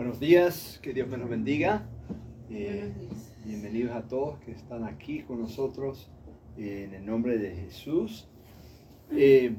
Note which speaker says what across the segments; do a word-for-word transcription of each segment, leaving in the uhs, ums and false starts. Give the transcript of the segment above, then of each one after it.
Speaker 1: Buenos días, que Dios me los bendiga. Eh, bienvenidos a todos que están aquí con nosotros eh, en el nombre de Jesús. Eh,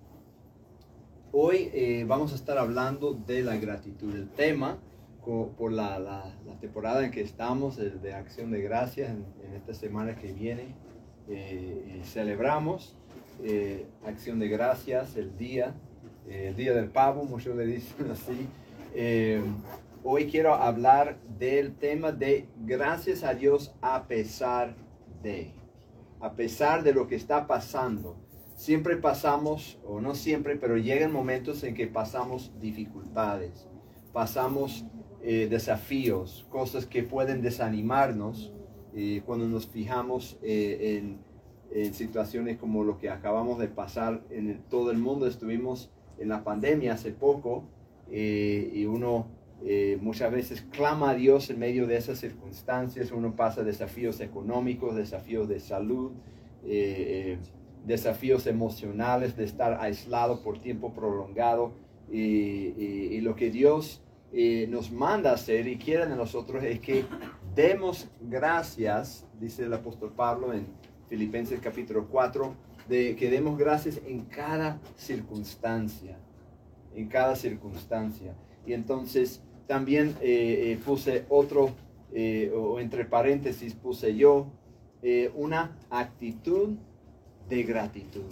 Speaker 1: hoy eh, vamos a estar hablando de la gratitud. El tema, co, por la, la, la temporada en que estamos, de, de Acción de Gracias, en, en esta semana que viene, eh, eh, celebramos eh, Acción de Gracias, el día, eh, el día del pavo, muchos le dicen así. Eh, hoy quiero hablar del tema de gracias a Dios a pesar de, a pesar de lo que está pasando. Siempre pasamos, o no siempre, pero llegan momentos en que pasamos dificultades, pasamos eh, desafíos, cosas que pueden desanimarnos eh, cuando nos fijamos eh, en, en situaciones como lo que acabamos de pasar en el, todo el mundo. Estuvimos en la pandemia hace poco. Eh, y uno eh, muchas veces clama a Dios en medio de esas circunstancias. Uno pasa desafíos económicos, desafíos de salud, eh, eh, desafíos emocionales de estar aislado por tiempo prolongado. Y, y, y lo que Dios eh, nos manda hacer y quiere de nosotros es que demos gracias, dice el apóstol Pablo en Filipenses capítulo cuatro, de que demos gracias en cada circunstancia. en cada circunstancia. Y entonces también eh, eh, puse otro, eh, o entre paréntesis puse yo, eh, una actitud de gratitud.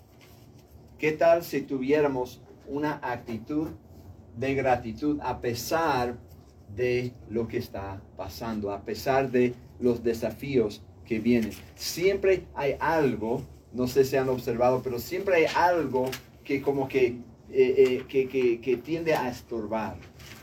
Speaker 1: ¿Qué tal si tuviéramos una actitud de gratitud a pesar de lo que está pasando, a pesar de los desafíos que vienen? Siempre hay algo, no sé si han observado, pero siempre hay algo que como que Eh, eh, que, que, que tiende a estorbar.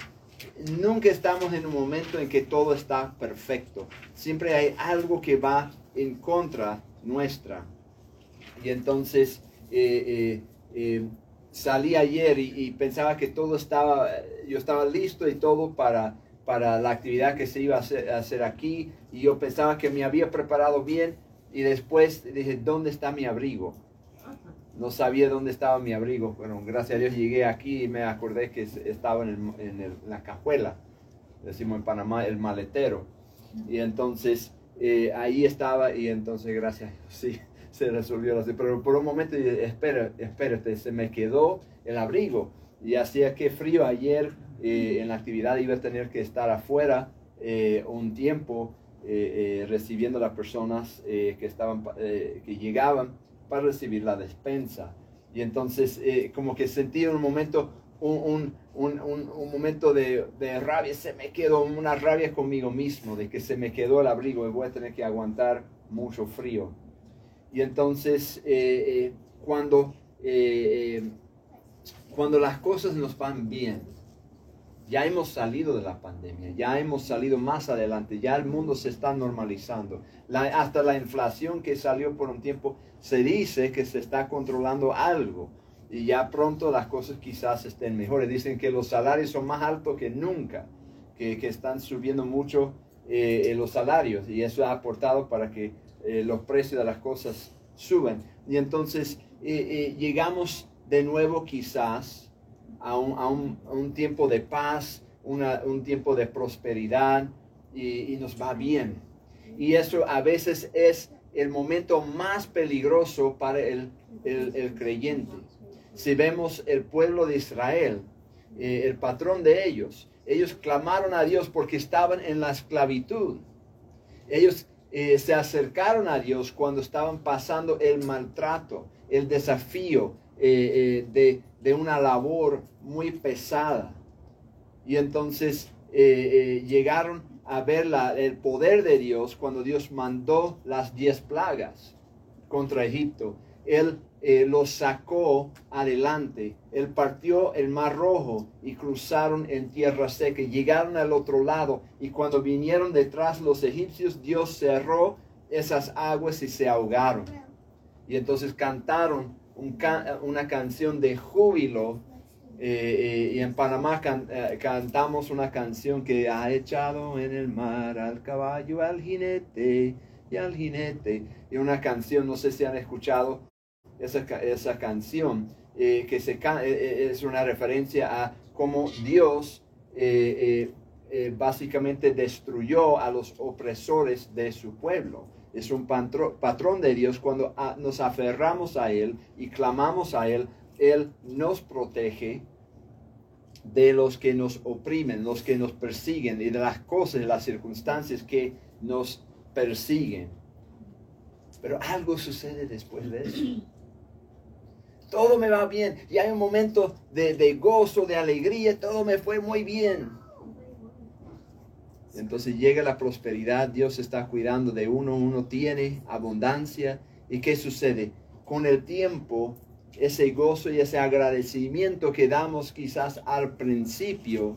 Speaker 1: Nunca estamos en un momento en que todo está perfecto. Siempre hay algo que va en contra nuestra. Y entonces eh, eh, eh, salí ayer y, y pensaba que todo estaba, yo estaba listo y todo para, para la actividad que se iba a hacer, a hacer aquí. Y yo pensaba que me había preparado bien. Y después dije, ¿dónde está mi abrigo? No sabía dónde estaba mi abrigo. Bueno, gracias a Dios llegué aquí y me acordé que estaba en, el, en, el, en la cajuela. Decimos en Panamá, el maletero. Y entonces eh, ahí estaba y entonces gracias a Dios sí, se resolvió así. Pero por un momento dije, espera, espérate, se me quedó el abrigo. Y hacía que frío ayer eh, en la actividad iba a tener que estar afuera eh, un tiempo eh, eh, recibiendo a las personas eh, que, estaban, eh, que llegaban para recibir la despensa. Y entonces eh, como que sentí un momento un, un, un, un, un momento de, de rabia. Se me quedó una rabia conmigo mismo de que se me quedó el abrigo y voy a tener que aguantar mucho frío. Y entonces eh, eh, cuando eh, eh, cuando las cosas nos van bien, ya hemos salido de la pandemia, ya hemos salido más adelante, ya el mundo se está normalizando. La, hasta la inflación que salió por un tiempo, se dice que se está controlando algo. Y ya pronto las cosas quizás estén mejores. Dicen que los salarios son más altos que nunca, que, que están subiendo mucho eh, los salarios. Y eso ha aportado para que eh, los precios de las cosas suban. Y entonces eh, eh, llegamos de nuevo quizás A un, a, un, a un tiempo de paz, una, un tiempo de prosperidad y, y nos va bien. Y eso a veces es el momento más peligroso para el, el, el creyente. Si vemos el pueblo de Israel, eh, el patrón de ellos, ellos clamaron a Dios porque estaban en la esclavitud. Ellos eh, se acercaron a Dios cuando estaban pasando el maltrato, el desafío eh, eh, de, de una labor muy pesada. Y entonces eh, eh, llegaron a ver la, el poder de Dios cuando Dios mandó las diez plagas contra Egipto. Él eh, los sacó adelante. Él partió el mar rojo y cruzaron en tierra seca. Llegaron al otro lado y cuando vinieron detrás los egipcios, Dios cerró esas aguas y se ahogaron. Y entonces cantaron un can, una canción de júbilo. Eh, eh, y en Panamá can, eh, cantamos una canción que ha echado en el mar al caballo, al jinete y al jinete. Y una canción, no sé si han escuchado esa, esa canción, eh, que se, eh, es una referencia a cómo Dios eh, eh, eh, básicamente destruyó a los opresores de su pueblo. Es un patro, patrón de Dios. Cuando a, nos aferramos a Él y clamamos a Él, Él nos protege de los que nos oprimen, los que nos persiguen y de las cosas, de las circunstancias que nos persiguen. Pero algo sucede después de eso. Todo me va bien y hay un momento de, de gozo, de alegría, todo me fue muy bien. Entonces llega la prosperidad, Dios está cuidando de uno, uno tiene abundancia. ¿Y qué sucede? Con el tiempo, ese gozo y ese agradecimiento que damos quizás al principio,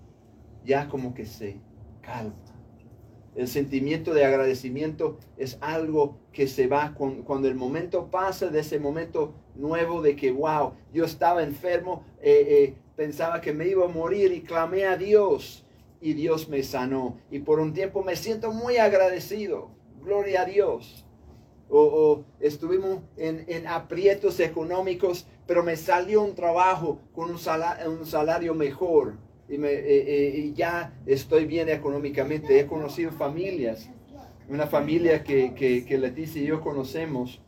Speaker 1: ya como que se calma. El sentimiento de agradecimiento es algo que se va con, cuando el momento pasa, de ese momento nuevo de que, wow, yo estaba enfermo, eh, eh, pensaba que me iba a morir y clamé a Dios y Dios me sanó. Y por un tiempo me siento muy agradecido. Gloria a Dios. O, o estuvimos en, en aprietos económicos, pero me salió un trabajo con un salario, un salario mejor y, me, eh, eh, y ya estoy bien económicamente. He conocido familias, una familia que, que, que Leticia y yo conocemos,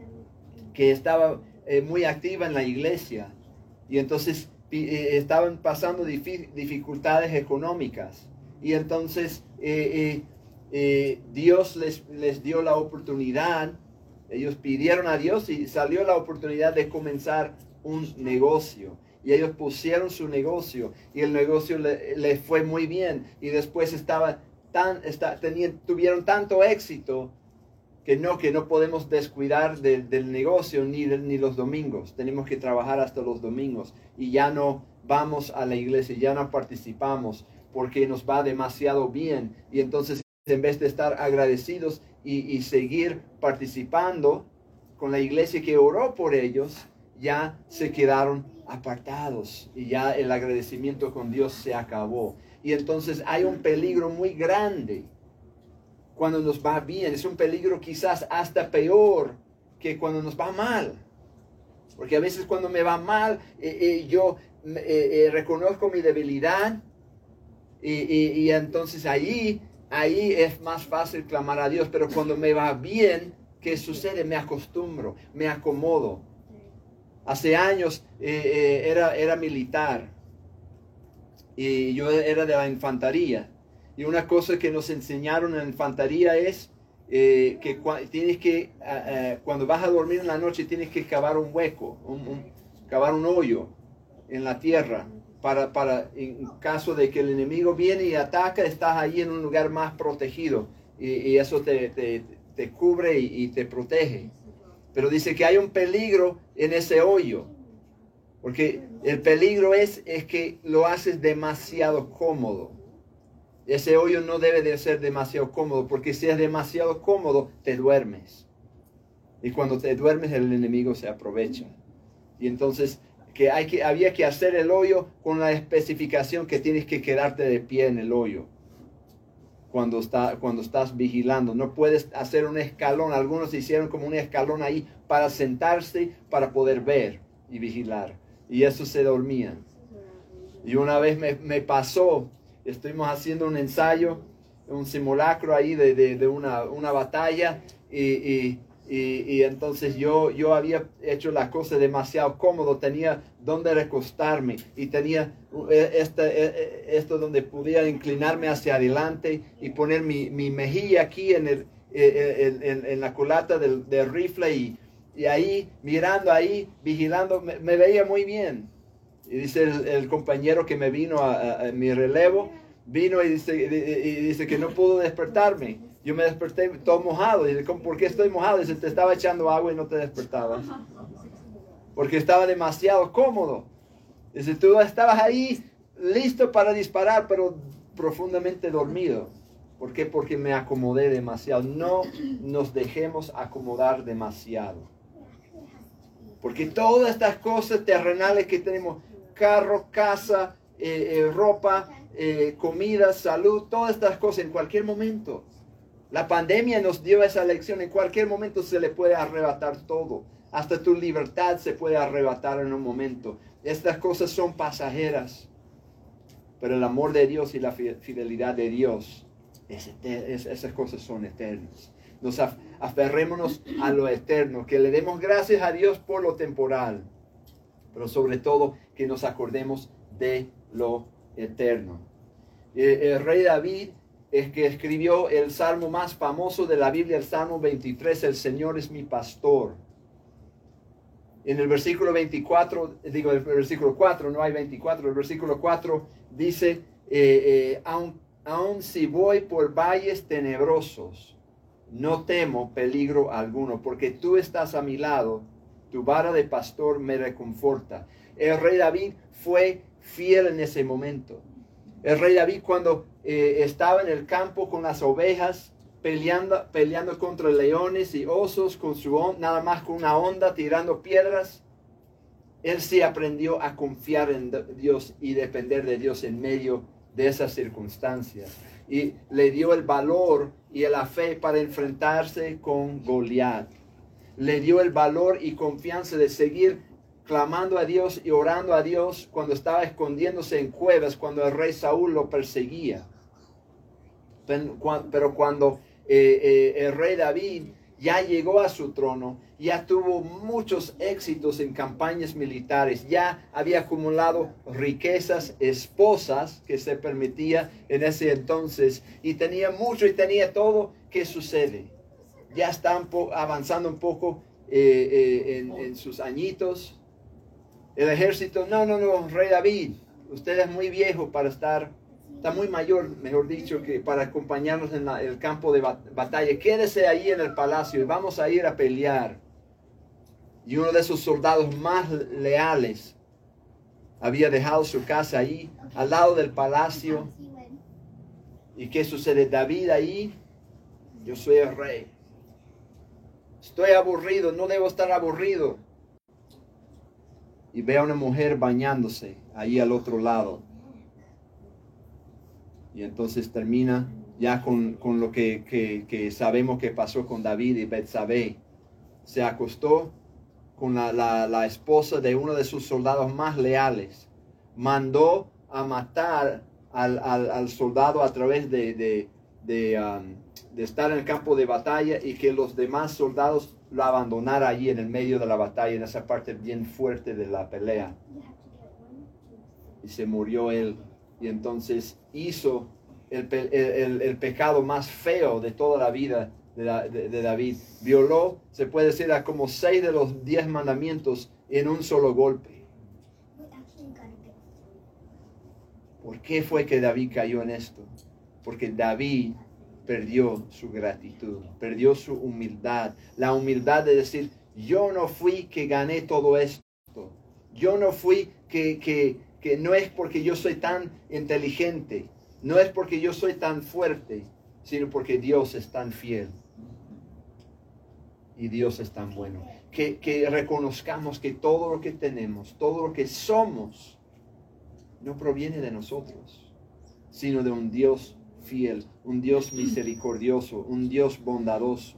Speaker 1: que estaba eh, muy activa en la iglesia y entonces eh, estaban pasando dificultades económicas y entonces eh, eh, Eh, Dios les, les dio la oportunidad, ellos pidieron a Dios y salió la oportunidad de comenzar un negocio. Y ellos pusieron su negocio y el negocio les le fue muy bien. Y después estaba tan, está, tenían, tuvieron tanto éxito que no, que no podemos descuidar de, del negocio ni, ni los domingos. Tenemos que trabajar hasta los domingos y ya no vamos a la iglesia, ya no participamos porque nos va demasiado bien. Y entonces, en vez de estar agradecidos y, y seguir participando con la iglesia que oró por ellos, ya se quedaron apartados y ya el agradecimiento con Dios se acabó. Y entonces hay un peligro muy grande cuando nos va bien. Es un peligro quizás hasta peor que cuando nos va mal. Porque a veces cuando me va mal, eh, eh, yo eh, eh, reconozco mi debilidad y, y, y entonces ahí... Ahí es más fácil clamar a Dios, pero cuando me va bien, ¿qué sucede? Me acostumbro, me acomodo. Hace años eh, eh, era, era militar y yo era de la infantería. Y una cosa que nos enseñaron en la infantería es eh, que cu tienes que, uh, uh, cuando vas a dormir en la noche, tienes que cavar un hueco, un, un, cavar un hoyo en la tierra. Para, para, en caso de que el enemigo viene y ataca, estás ahí en un lugar más protegido. Y, y eso te, te, te cubre y, y te protege. Pero dice que hay un peligro en ese hoyo. Porque el peligro es, es que lo haces demasiado cómodo. Ese hoyo no debe de ser demasiado cómodo. Porque si es demasiado cómodo, te duermes. Y cuando te duermes, el enemigo se aprovecha. Y entonces... que, hay que había que hacer el hoyo con la especificación que tienes que quedarte de pie en el hoyo cuando, está, cuando estás vigilando. No puedes hacer un escalón. Algunos hicieron como un escalón ahí para sentarse, para poder ver y vigilar. Y eso se dormían. Y una vez me, me pasó, estuvimos haciendo un ensayo, un simulacro ahí de, de, de una, una batalla y... y Y, y entonces yo, yo había hecho la cosa demasiado cómodo, tenía donde recostarme y tenía este, esto donde podía inclinarme hacia adelante y poner mi, mi mejilla aquí en, el, en, en, en la culata del, del rifle y, y ahí mirando ahí, vigilando, me, me veía muy bien. Y dice el, el compañero que me vino a, a, a mi relevo, vino y dice, y, y dice que no pudo despertarme. Yo me desperté todo mojado. Y dice, ¿por qué estoy mojado? Dice, te estaba echando agua y no te despertabas. Porque estaba demasiado cómodo. Dice, tú estabas ahí listo para disparar, pero profundamente dormido. ¿Por qué? Porque me acomodé demasiado. No nos dejemos acomodar demasiado. Porque todas estas cosas terrenales que tenemos, carro, casa, eh, eh, ropa, eh, comida, salud, todas estas cosas en cualquier momento. La pandemia nos dio esa lección. En cualquier momento se le puede arrebatar todo. Hasta tu libertad se puede arrebatar en un momento. Estas cosas son pasajeras. pero el amor de Dios y la fidelidad de Dios, es eter- es, esas cosas son eternas. Nos af- aferrémonos a lo eterno, que le demos gracias a Dios por lo temporal, pero sobre todo que nos acordemos de lo eterno. Eh, el rey David es que escribió el salmo más famoso de la Biblia, el Salmo veintitrés, el Señor es mi pastor. En el versículo veinticuatro, digo el versículo cuatro, no hay veinticuatro, el versículo cuatro dice, eh, eh, aun, aun si voy por valles tenebrosos, no temo peligro alguno, porque tú estás a mi lado, tu vara de pastor me reconforta. El rey David fue fiel en ese momento. El rey David cuando eh, estaba en el campo con las ovejas, peleando, peleando contra leones y osos, con su on, nada más con una onda, tirando piedras, él sí aprendió a confiar en Dios y depender de Dios en medio de esas circunstancias. Y le dio el valor y la fe para enfrentarse con Goliat. Le dio el valor y confianza de seguir clamando a Dios y orando a Dios cuando estaba escondiéndose en cuevas, cuando el rey Saúl lo perseguía. Pero cuando eh, eh, el rey David ya llegó a su trono, ya tuvo muchos éxitos en campañas militares, ya había acumulado riquezas, esposas que se permitía en ese entonces, y tenía mucho y tenía todo. ¿Qué sucede? Ya está un avanzando un poco eh, eh, en, en sus añitos. El ejército, no, no, no, rey David, usted es muy viejo para estar, está muy mayor, mejor dicho, que para acompañarnos en la, el campo de batalla. Quédese ahí en el palacio y vamos a ir a pelear. Y uno de esos soldados más leales había dejado su casa ahí, al lado del palacio. ¿Y qué sucede? David ahí, yo soy el rey. Estoy aburrido, no debo estar aburrido. Y ve a una mujer bañándose ahí al otro lado. Y entonces termina ya con, con lo que, que, que sabemos que pasó con David y Betsabé. Se acostó con la, la, la esposa de uno de sus soldados más leales. Mandó a matar al, al, al soldado a través de, de, de, um, de estar en el campo de batalla, y que los demás soldados lo abandonaran allí en el medio de la batalla, en esa parte bien fuerte de la pelea. Y se murió él. Y entonces hizo el, el, el, el pecado más feo de toda la vida de, la, de, de David. Violó, se puede decir, a como seis de los diez mandamientos en un solo golpe. ¿Por qué fue que David cayó en esto? Porque David perdió su gratitud, perdió su humildad. La humildad de decir, yo no fui que gané todo esto. Yo no fui que, que, que no es porque yo soy tan inteligente, no es porque yo soy tan fuerte, sino porque Dios es tan fiel. Y Dios es tan bueno. Que, que reconozcamos que todo lo que tenemos, todo lo que somos, no proviene de nosotros, sino de un Dios fiel, un Dios misericordioso, un Dios bondadoso.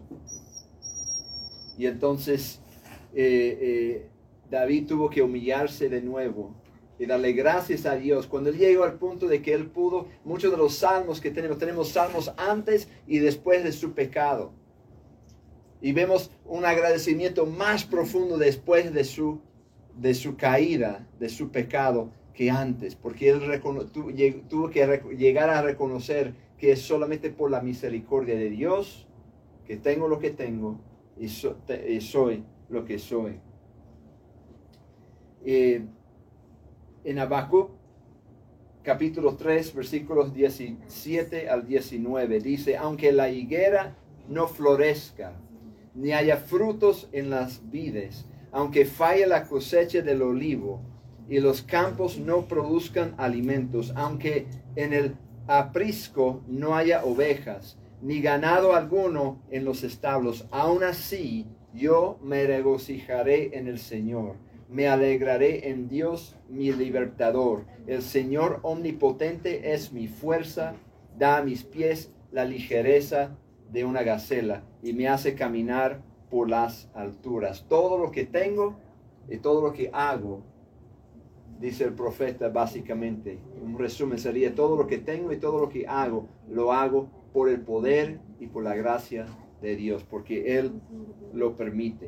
Speaker 1: Y entonces eh, eh, David tuvo que humillarse de nuevo y darle gracias a Dios. Cuando él llegó al punto de que él pudo, muchos de los salmos que tenemos, tenemos salmos antes y después de su pecado. Y vemos un agradecimiento más profundo después de su, de su caída, de su pecado, que antes, porque él tu, tuvo que llegar a reconocer que es solamente por la misericordia de Dios que tengo lo que tengo y, so, te, y soy lo que soy. Eh, en Habacuc capítulo tres versículos diecisiete al diecinueve dice, aunque la higuera no florezca ni haya frutos en las vides, aunque falle la cosecha del olivo y los campos no produzcan alimentos, aunque en el aprisco no haya ovejas, ni ganado alguno en los establos, aún así yo me regocijaré en el Señor, me alegraré en Dios mi libertador. El Señor omnipotente es mi fuerza, da a mis pies la ligereza de una gacela y me hace caminar por las alturas. Todo lo que tengo y todo lo que hago dice el profeta básicamente. Un resumen sería: todo lo que tengo y todo lo que hago, lo hago por el poder y por la gracia de Dios, porque Él lo permite.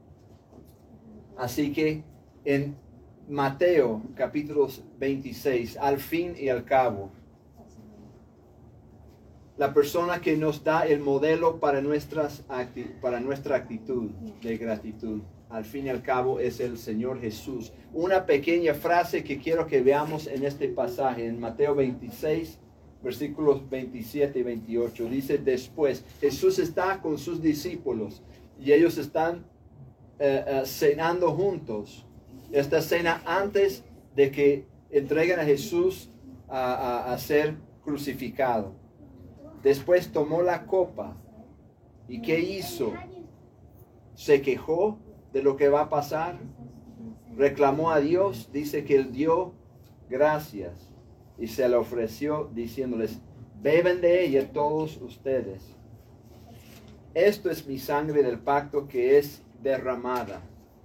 Speaker 1: Así que en Mateo capítulo veintiséis, al fin y al cabo, la persona que nos da el modelo para, nuestras para nuestra actitud de gratitud, al fin y al cabo, es el Señor Jesús. Una pequeña frase que quiero que veamos en este pasaje, en Mateo veintiséis, versículos veintisiete y veintiocho. Dice: después, Jesús está con sus discípulos y ellos están eh, eh, cenando juntos. Esta cena antes de que entreguen a Jesús a, a, a ser crucificado. Después tomó la copa. ¿Y qué hizo? Se quejó de lo que va a pasar. Reclamó a Dios. Dice que Él dio gracias y se la ofreció diciéndoles: beben de ella todos ustedes. Esto es mi sangre del pacto que es derramada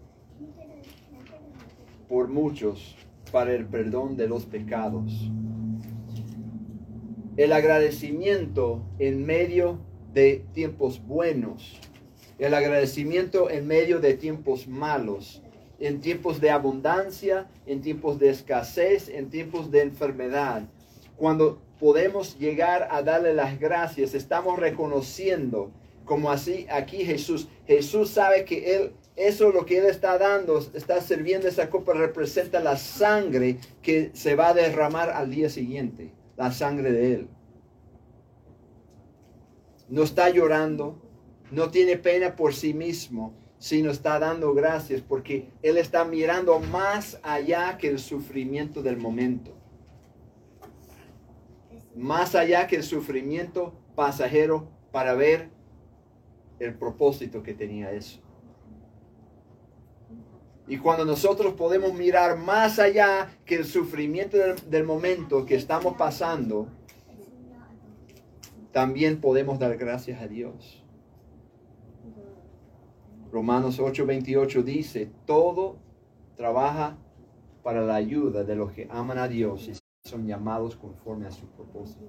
Speaker 1: por muchos para el perdón de los pecados. El agradecimiento en medio de tiempos buenos, el agradecimiento en medio de tiempos malos, en tiempos de abundancia, en tiempos de escasez, en tiempos de enfermedad. Cuando podemos llegar a darle las gracias, estamos reconociendo, como así aquí Jesús, Jesús sabe que Él, eso lo que Él está dando, está sirviendo esa copa, representa la sangre que se va a derramar al día siguiente. La sangre de Él. No está llorando, no tiene pena por sí mismo, sino está dando gracias porque Él está mirando más allá que el sufrimiento del momento. Más allá que el sufrimiento pasajero, para ver el propósito que tenía eso. Y cuando nosotros podemos mirar más allá que el sufrimiento del, del momento que estamos pasando, también podemos dar gracias a Dios. Romanos ocho veintiocho dice: todo trabaja para la ayuda de los que aman a Dios y son llamados conforme a su propósito.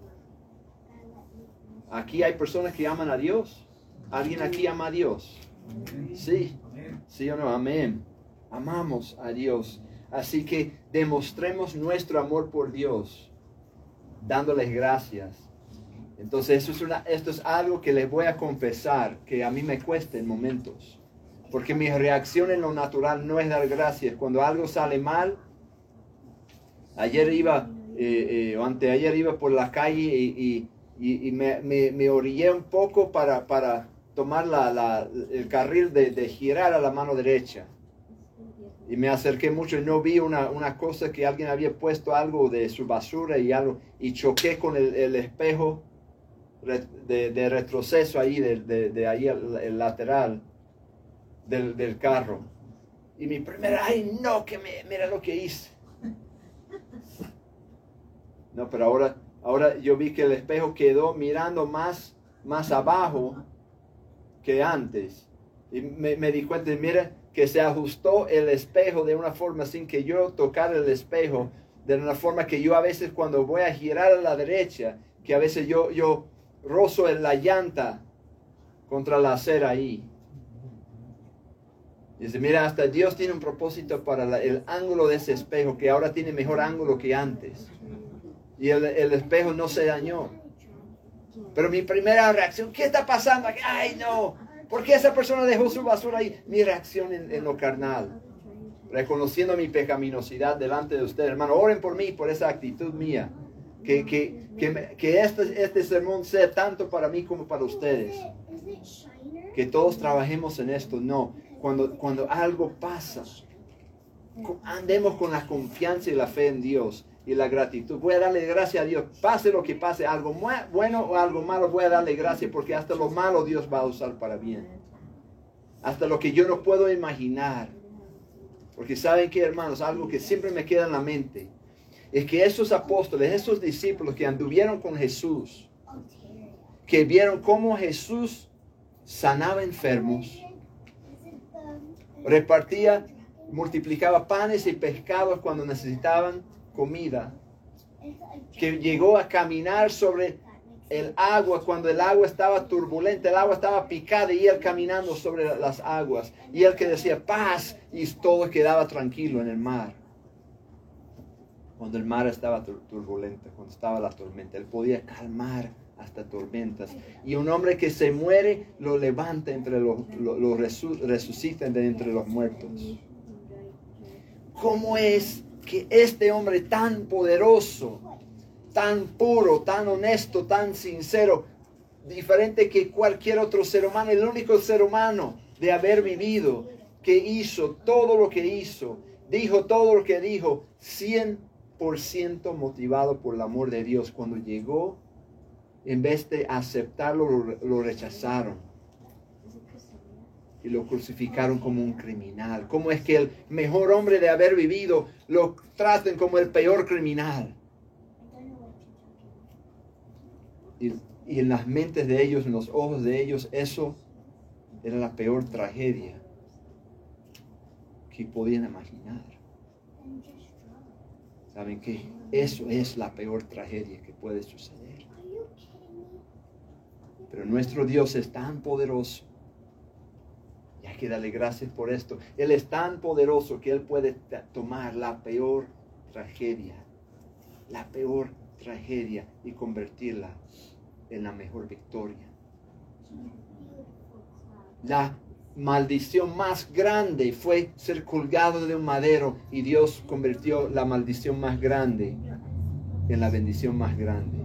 Speaker 1: Aquí hay personas que aman a Dios. ¿Alguien aquí ama a Dios? Sí, sí o no, amén. Amamos a Dios. Así que demostremos nuestro amor por Dios, dándoles gracias. Entonces eso es una, esto es algo que les voy a confesar, que a mí me cuesta en momentos. Porque mi reacción en lo natural no es dar gracias. Cuando algo sale mal, ayer iba, eh, eh, o anteayer iba por la calle y, y, y, y me, me, me orillé un poco para, para tomar la, la, el carril de, de girar a la mano derecha. Y me acerqué mucho y no vi una, una cosa que alguien había puesto algo de su basura y algo. Y choqué con el, el espejo de, de retroceso ahí, de, de, de ahí el, el lateral del, del carro. Y mi primera, ay no, que me, mira lo que hice. No, pero ahora, ahora yo vi que el espejo quedó mirando más, más abajo que antes. Y me, me di cuenta, mira, que se ajustó el espejo de una forma sin que yo tocara el espejo, de una forma que yo a veces cuando voy a girar a la derecha, que a veces yo, yo rozo en la llanta contra la acera ahí. Dice, mira, hasta Dios tiene un propósito para la, el ángulo de ese espejo, que ahora tiene mejor ángulo que antes. Y el, el espejo no se dañó. Pero mi primera reacción, ¿qué está pasando aquí? ¡Ay, no! ¿Por qué esa persona dejó su basura ahí? Mi reacción en, en lo carnal. Reconociendo mi pecaminosidad delante de ustedes. Hermano, oren por mí, por esa actitud mía. Que, que, que, me, que este, este sermón sea tanto para mí como para ustedes. Que todos trabajemos en esto. No, cuando, cuando algo pasa, andemos con la confianza y la fe en Dios. Y la gratitud. Voy a darle gracias a Dios. Pase lo que pase, algo bueno o algo malo, voy a darle gracias porque hasta lo malo Dios va a usar para bien. Hasta lo que yo no puedo imaginar. Porque saben que, hermanos, algo que siempre me queda en la mente es que esos apóstoles, esos discípulos que anduvieron con Jesús, que vieron cómo Jesús sanaba enfermos, repartía multiplicaba panes y pescados cuando necesitaban comida, que llegó a caminar sobre el agua cuando el agua estaba turbulenta, el agua estaba picada y él caminando sobre las aguas, y él que decía paz y todo quedaba tranquilo en el mar. Cuando el mar estaba turbulento, cuando estaba la tormenta, él podía calmar hasta tormentas. Y un hombre que se muere lo levanta entre los, lo, lo resu, resucita de entre los muertos. ¿Cómo es que este hombre tan poderoso, tan puro, tan honesto, tan sincero, diferente que cualquier otro ser humano, el único ser humano de haber vivido, que hizo todo lo que hizo, dijo todo lo que dijo, cien por ciento motivado por el amor de Dios, cuando llegó, en vez de aceptarlo, lo, lo rechazaron y lo crucificaron como un criminal? ¿Cómo es que el mejor hombre de haber vivido lo traten como el peor criminal? Y, y en las mentes de ellos, en los ojos de ellos, eso era la peor tragedia que podían imaginar. ¿Saben qué? Eso es la peor tragedia que puede suceder. Pero nuestro Dios es tan poderoso. Y hay que darle gracias por esto. Él es tan poderoso que Él puede tomar la peor tragedia, la peor tragedia, y convertirla en la mejor victoria. La maldición más grande fue ser colgado de un madero, y Dios convirtió la maldición más grande en la bendición más grande.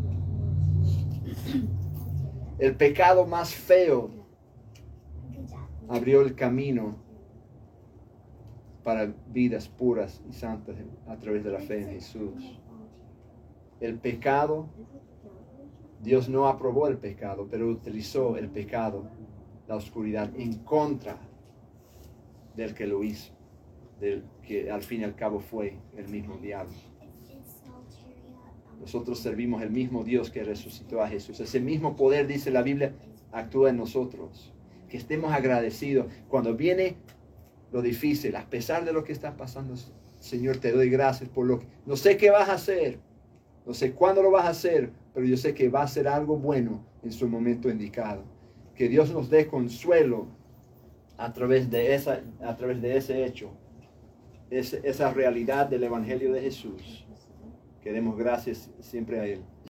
Speaker 1: El pecado más feo abrió el camino para vidas puras y santas a través de la fe en Jesús. El pecado, Dios no aprobó el pecado, pero utilizó el pecado, la oscuridad, en contra del que lo hizo, del que al fin y al cabo fue el mismo diablo. Nosotros servimos el mismo Dios que resucitó a Jesús. Ese mismo poder, dice la Biblia, actúa en nosotros. Que estemos agradecidos cuando viene lo difícil, a pesar de lo que está pasando. Señor, te doy gracias por lo que... No sé qué vas a hacer, no sé cuándo lo vas a hacer, pero yo sé que va a ser algo bueno en su momento indicado. Que Dios nos dé consuelo a través de, esa, a través de ese hecho, ese, esa realidad del Evangelio de Jesús. Que demos gracias siempre a Él.